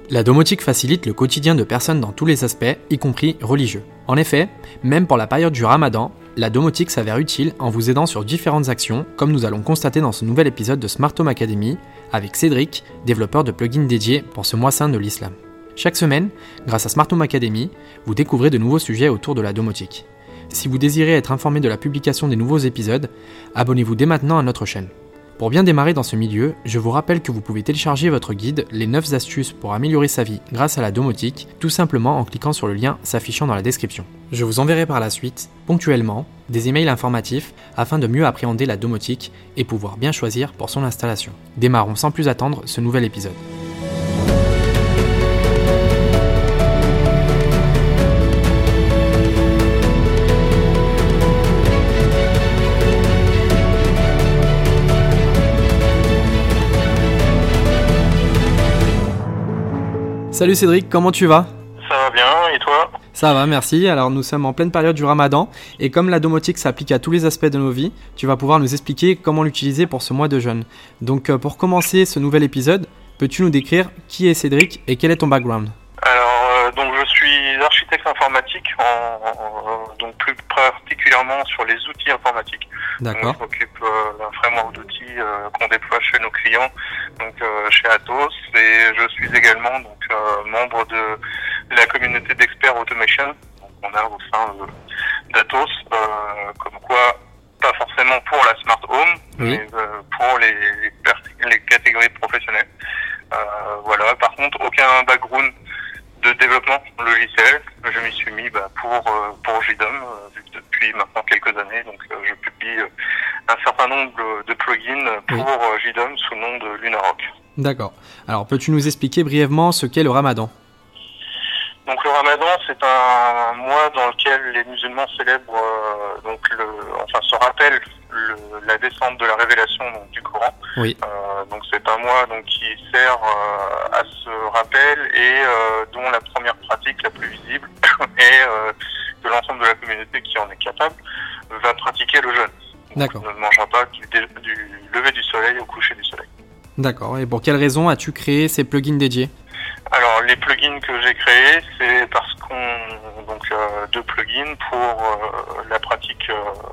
La domotique facilite le quotidien de personnes dans tous les aspects, y compris religieux. En effet, même pour la période du Ramadan, la domotique s'avère utile en vous aidant sur différentes actions, comme nous allons constater dans ce nouvel épisode de Smart Home Academy, avec Cédric, développeur de plugins dédiés pour ce mois saint de l'islam. Chaque semaine, grâce à Smart Home Academy, vous découvrez de nouveaux sujets autour de la domotique. Si vous désirez être informé de la publication des nouveaux épisodes, abonnez-vous dès maintenant à notre chaîne. Pour bien démarrer dans ce milieu, je vous rappelle que vous pouvez télécharger votre guide « Les 9 astuces pour améliorer sa vie grâce à la domotique » tout simplement en cliquant sur le lien s'affichant dans la description. Je vous enverrai par la suite, ponctuellement, des emails informatifs afin de mieux appréhender la domotique et pouvoir bien choisir pour son installation. Démarrons sans plus attendre ce nouvel épisode. Salut Cédric, comment tu vas ? Ça va bien, et toi ? Ça va, merci. Alors nous sommes en pleine période du Ramadan et comme la domotique s'applique à tous les aspects de nos vies, tu vas pouvoir nous expliquer comment l'utiliser pour ce mois de jeûne. Donc pour commencer ce nouvel épisode, peux-tu nous décrire qui est Cédric et quel est ton background ? Alors, donc je suis architecte informatique, donc plus particulièrement sur les outils informatiques. D'accord. Donc, je m'occupe d'un framework d'outils qu'on déploie chez nos clients, donc chez Atos, et je suis également donc membre de la communauté d'experts automation. Donc, on a au sein d'Atos, comme quoi pas forcément pour la smart home, oui, mais pour les catégories professionnelles. Voilà. Par contre, aucun background de développement logiciel. Je m'y suis mis pour JDOM depuis maintenant quelques années. Donc je publie un certain nombre de plugins pour JDOM sous le nom de Lunarock. D'accord. Alors peux-tu nous expliquer brièvement ce qu'est le Ramadan ? Donc le Ramadan, c'est un mois dans lequel les musulmans célèbrent se rappellent la descente de la révélation donc, du Coran. Oui. Donc c'est un mois donc qui sert à ce rappel et dont la première pratique la plus visible est que l'ensemble de la communauté qui en est capable va pratiquer le jeûne. D'accord. On ne mangera pas du lever du soleil au coucher du soleil. D'accord. Et pour quelle raison as-tu créé ces plugins dédiés ? Alors les plugins que j'ai créés, c'est parce deux plugins pour la pratique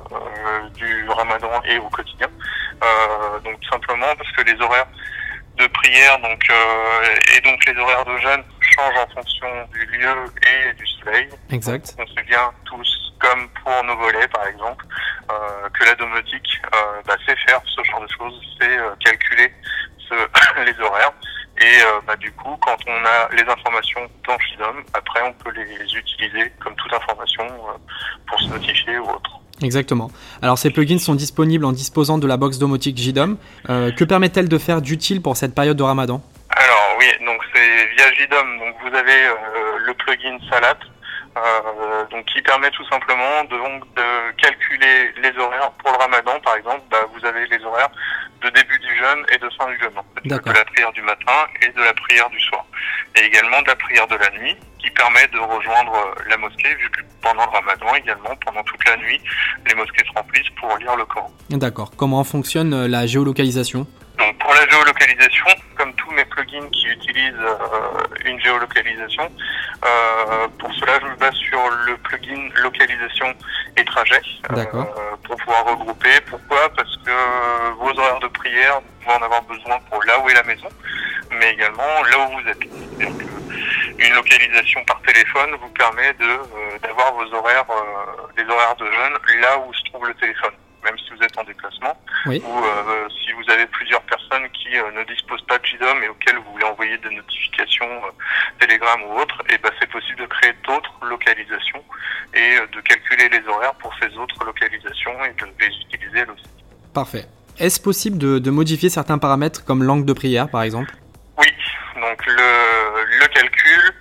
du Ramadan et au quotidien. Donc tout simplement parce que les horaires de prière et donc les horaires de jeûne changent en fonction du lieu et du soleil. Exact. On sait bien tous, comme pour nos volets par exemple, que la domotique sait faire ce genre de choses, c'est calculer les horaires. Et du coup, quand on a les informations dans JDOM, après on peut les utiliser comme toute information pour se notifier ou autre. Exactement. Alors ces plugins sont disponibles en disposant de la box domotique JDOM. Que permet-elle de faire d'utile pour cette période de Ramadan ? Alors oui, donc c'est via JDOM. Donc vous avez le plugin Salat, donc qui permet tout simplement de calculer les horaires pour le Ramadan. Par exemple, vous avez les horaires de début du jeûne et de fin du jeûne. En fait, de la prière du matin et de la prière du soir. Et également de la prière de la nuit, qui permet de rejoindre la mosquée, vu que pendant le Ramadan également, pendant toute la nuit, les mosquées se remplissent pour lire le Coran. D'accord. Comment fonctionne la géolocalisation ? Donc pour la géolocalisation, comme tous mes plugins qui utilisent une géolocalisation, pour cela je me base sur le plugin localisation et trajet pour pouvoir regrouper. Pourquoi ? Parce que vos horaires de prière, vous allez en avoir besoin pour là où est la maison, mais également là où vous êtes. C'est-à-dire qu'une localisation par téléphone vous permet d'avoir vos horaires, les horaires de jeûne là où se trouve le téléphone. Même si vous êtes en déplacement, ou si vous avez plusieurs personnes qui ne disposent pas de JDOM et auxquelles vous voulez envoyer des notifications Telegram ou autres, et c'est possible de créer d'autres localisations et de calculer les horaires pour ces autres localisations et de les utiliser elles aussi. Parfait. Est-ce possible de modifier certains paramètres comme l'angle de prière par exemple ? Oui, donc le calcul,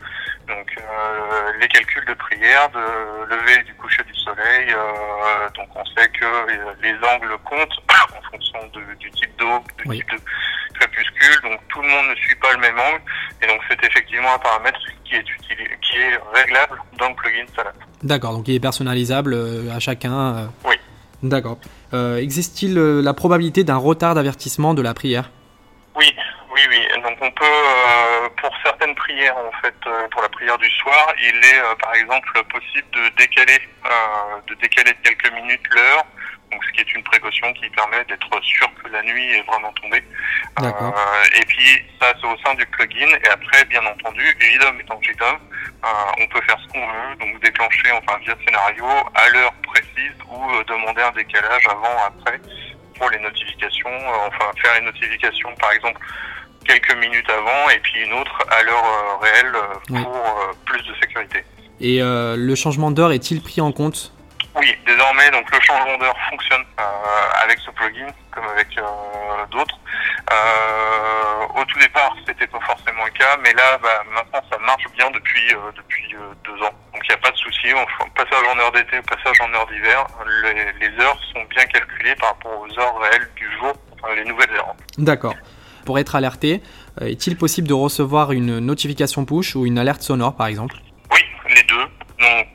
les calculs de prière, de lever et du coucher du soleil, donc on sait que les angles comptent en fonction du type d'eau, du type de crépuscule, donc tout le monde ne suit pas le même angle, et donc c'est effectivement un paramètre qui est réglable dans le plugin Salat. D'accord, donc il est personnalisable à chacun. Oui. D'accord. Existe-t-il la probabilité d'un retard d'avertissement de la prière ? Oui. Donc on peut, pour certaines prières, prière en fait, pour la prière du soir, il est par exemple possible de décaler de quelques minutes l'heure. Donc, ce qui est une précaution qui permet d'être sûr que la nuit est vraiment tombée. Et puis, ça, c'est au sein du plugin. Et après, bien entendu, JDOM étant JDOM, on peut faire ce qu'on veut, donc déclencher, via scénario, à l'heure précise ou demander un décalage avant, après, pour les notifications. Faire une notification, par exemple, quelques minutes avant, et puis une autre à l'heure réelle pour plus de sécurité. Et le changement d'heure est-il pris en compte ? Oui, désormais, donc le changement d'heure fonctionne avec ce plugin comme avec d'autres. Au tout départ, c'était pas forcément le cas, mais là, maintenant, ça marche bien depuis 2 ans. Donc il n'y a pas de souci. Passage en heure d'été, passage en heure d'hiver, les heures sont bien calculées par rapport aux heures réelles du jour, les nouvelles heures. D'accord. Pour être alerté, est-il possible de recevoir une notification push ou une alerte sonore, par exemple ? Oui, les deux. Donc,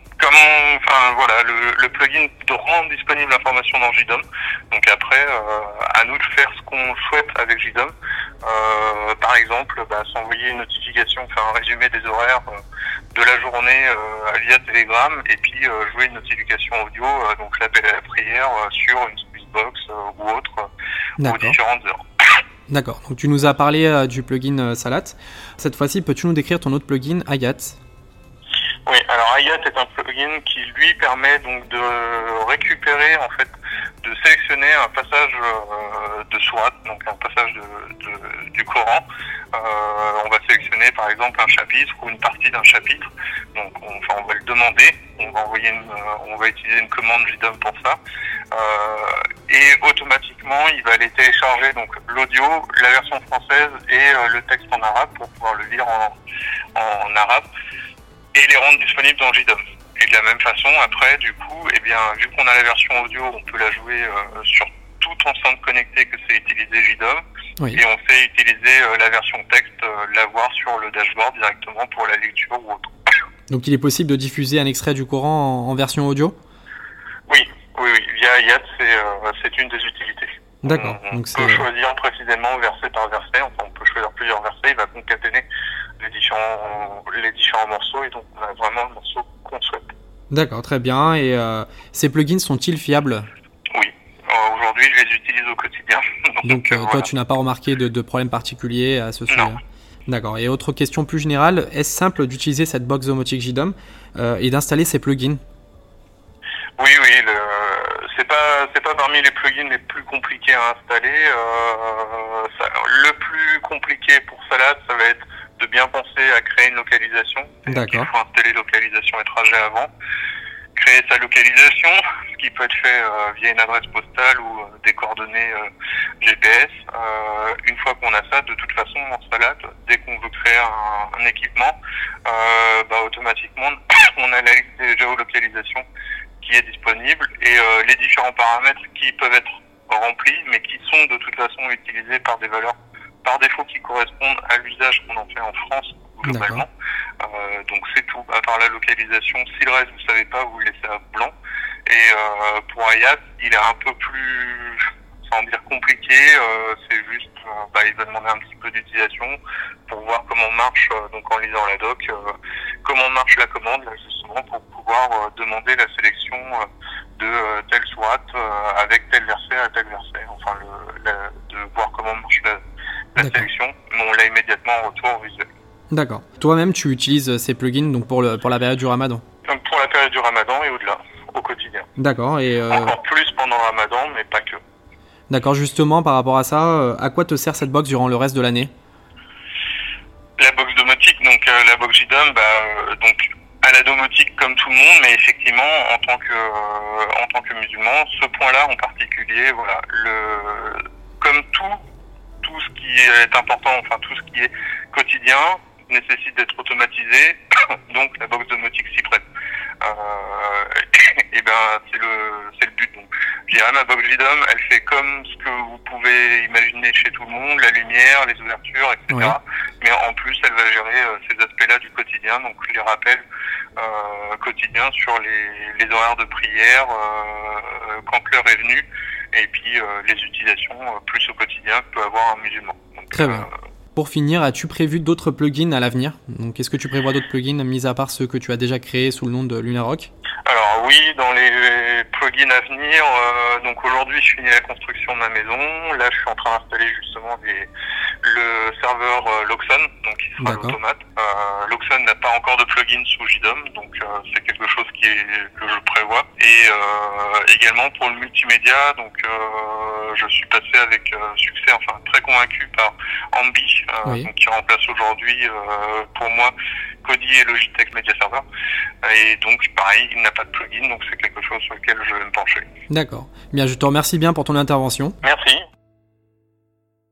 le plugin rend disponible l'information dans JDOM. Donc après, à nous de faire ce qu'on souhaite avec JDOM. Par exemple, s'envoyer une notification, faire un résumé des horaires de la journée via Telegram, et puis jouer une notification audio, donc l'appel à la prière sur une Squeezebox ou autre, aux différentes heures. D'accord, donc tu nous as parlé du plugin Salat. Cette fois-ci, peux-tu nous décrire ton autre plugin, Hayat ? Oui, alors Hayat est un plugin qui lui permet donc de récupérer, en fait, de sélectionner un passage de sourate, donc un passage du Coran. On va sélectionner par exemple un chapitre ou une partie d'un chapitre. Donc on va le demander, on va utiliser une commande JDOM pour ça. Et automatiquement, il va aller télécharger donc l'audio, la version française et le texte en arabe pour pouvoir le lire en arabe, et les rendre disponibles dans JDOM. Et de la même façon, après, du coup, vu qu'on a la version audio, on peut la jouer sur toute enceinte connectée que c'est utilisé JDOM. Oui. Et on sait utiliser la version texte, la voir sur le dashboard directement pour la lecture ou autre. Donc il est possible de diffuser un extrait du Coran en version audio ? Oui. Via Hayat, c'est une des utilités. D'accord. On peut choisir précisément verset par verset. On peut choisir plusieurs versets. Il va concaténer les différents morceaux, et donc on a vraiment le morceau qu'on souhaite. D'accord, très bien. Et ces plugins sont-ils fiables ? Oui. Aujourd'hui, je les utilise au quotidien. Donc toi, tu n'as pas remarqué de problème particulier à ce sujet ? Non. D'accord. Et autre question plus générale, est-ce simple d'utiliser cette box domotique JDOM et d'installer ces plugins ? Oui. C'est pas parmi les plugins les plus compliqués à installer. Le plus compliqué pour Salat, ça va être de bien penser à créer une localisation. D'accord. Il faut installer localisation et trajet avant. Créer sa localisation, ce qui peut être fait via une adresse postale ou des coordonnées GPS. Une fois qu'on a ça, de toute façon, en Salat, dès qu'on veut créer un équipement, automatiquement, on a la liste des géolocalisations qui est disponible, et les différents paramètres qui peuvent être remplis, mais qui sont de toute façon utilisés par des valeurs par défaut qui correspondent à l'usage qu'on en fait en France globalement. Donc c'est tout, à part la localisation. Si le reste vous savez pas, vous le laissez à blanc. Et pour Hayat, il est un peu plus, sans dire compliqué, c'est juste, il va demander un petit peu d'utilisation pour voir comment marche, donc en lisant la doc, comment marche la commande, là, justement, pour pouvoir demander la sélection de telle sourate avec tel verset à tel verset, de voir comment marche la sélection, mais on l'a immédiatement en retour visuel. D'accord. Toi-même, tu utilises ces plugins donc pour la période du Ramadan ? Donc pour la période du Ramadan et au-delà, au quotidien. D'accord. Et encore plus pendant le Ramadan, mais pas que. D'accord. Justement, par rapport à ça, à quoi te sert cette box durant le reste de l'année ? La box domotique, donc la box JDOM, donc à la domotique comme tout le monde, mais effectivement en tant que musulman, ce point-là en particulier, voilà, comme tout ce qui est important, tout ce qui est quotidien nécessite d'être automatisé, donc la box domotique s'y prête. C'est le but. Donc, je dirais, ma box JDOM, elle fait comme ce que vous pouvez imaginer chez tout le monde, la lumière, les ouvertures, etc. Ouais. Mais en plus, elle va gérer ces aspects-là du quotidien, donc les rappels quotidiens sur les horaires de prière, quand l'heure est venue, et puis les utilisations plus au quotidien que peut avoir un musulman. Donc, très bien. pour finir, as-tu prévu d'autres plugins à l'avenir? Donc, est-ce que tu prévois d'autres plugins, mis à part ceux que tu as déjà créés sous le nom de Lunarock? Alors oui, dans les plugins à venir, donc aujourd'hui je finis la construction de ma maison. Là, je suis en train d'installer justement le serveur Loxon, donc qui sera l'automate. Loxon n'a pas encore de plugin sous JDOM, donc c'est quelque chose que je prévois. Et également pour le multimédia, donc je suis passé avec succès, enfin très convaincu par Ambi, donc, qui remplace aujourd'hui pour moi Kodi et Logitech Media Server. Et donc pareil, il n'a pas de plugin, donc c'est quelque chose sur lequel je vais me pencher. D'accord. Bien, je te remercie bien pour ton intervention. Merci.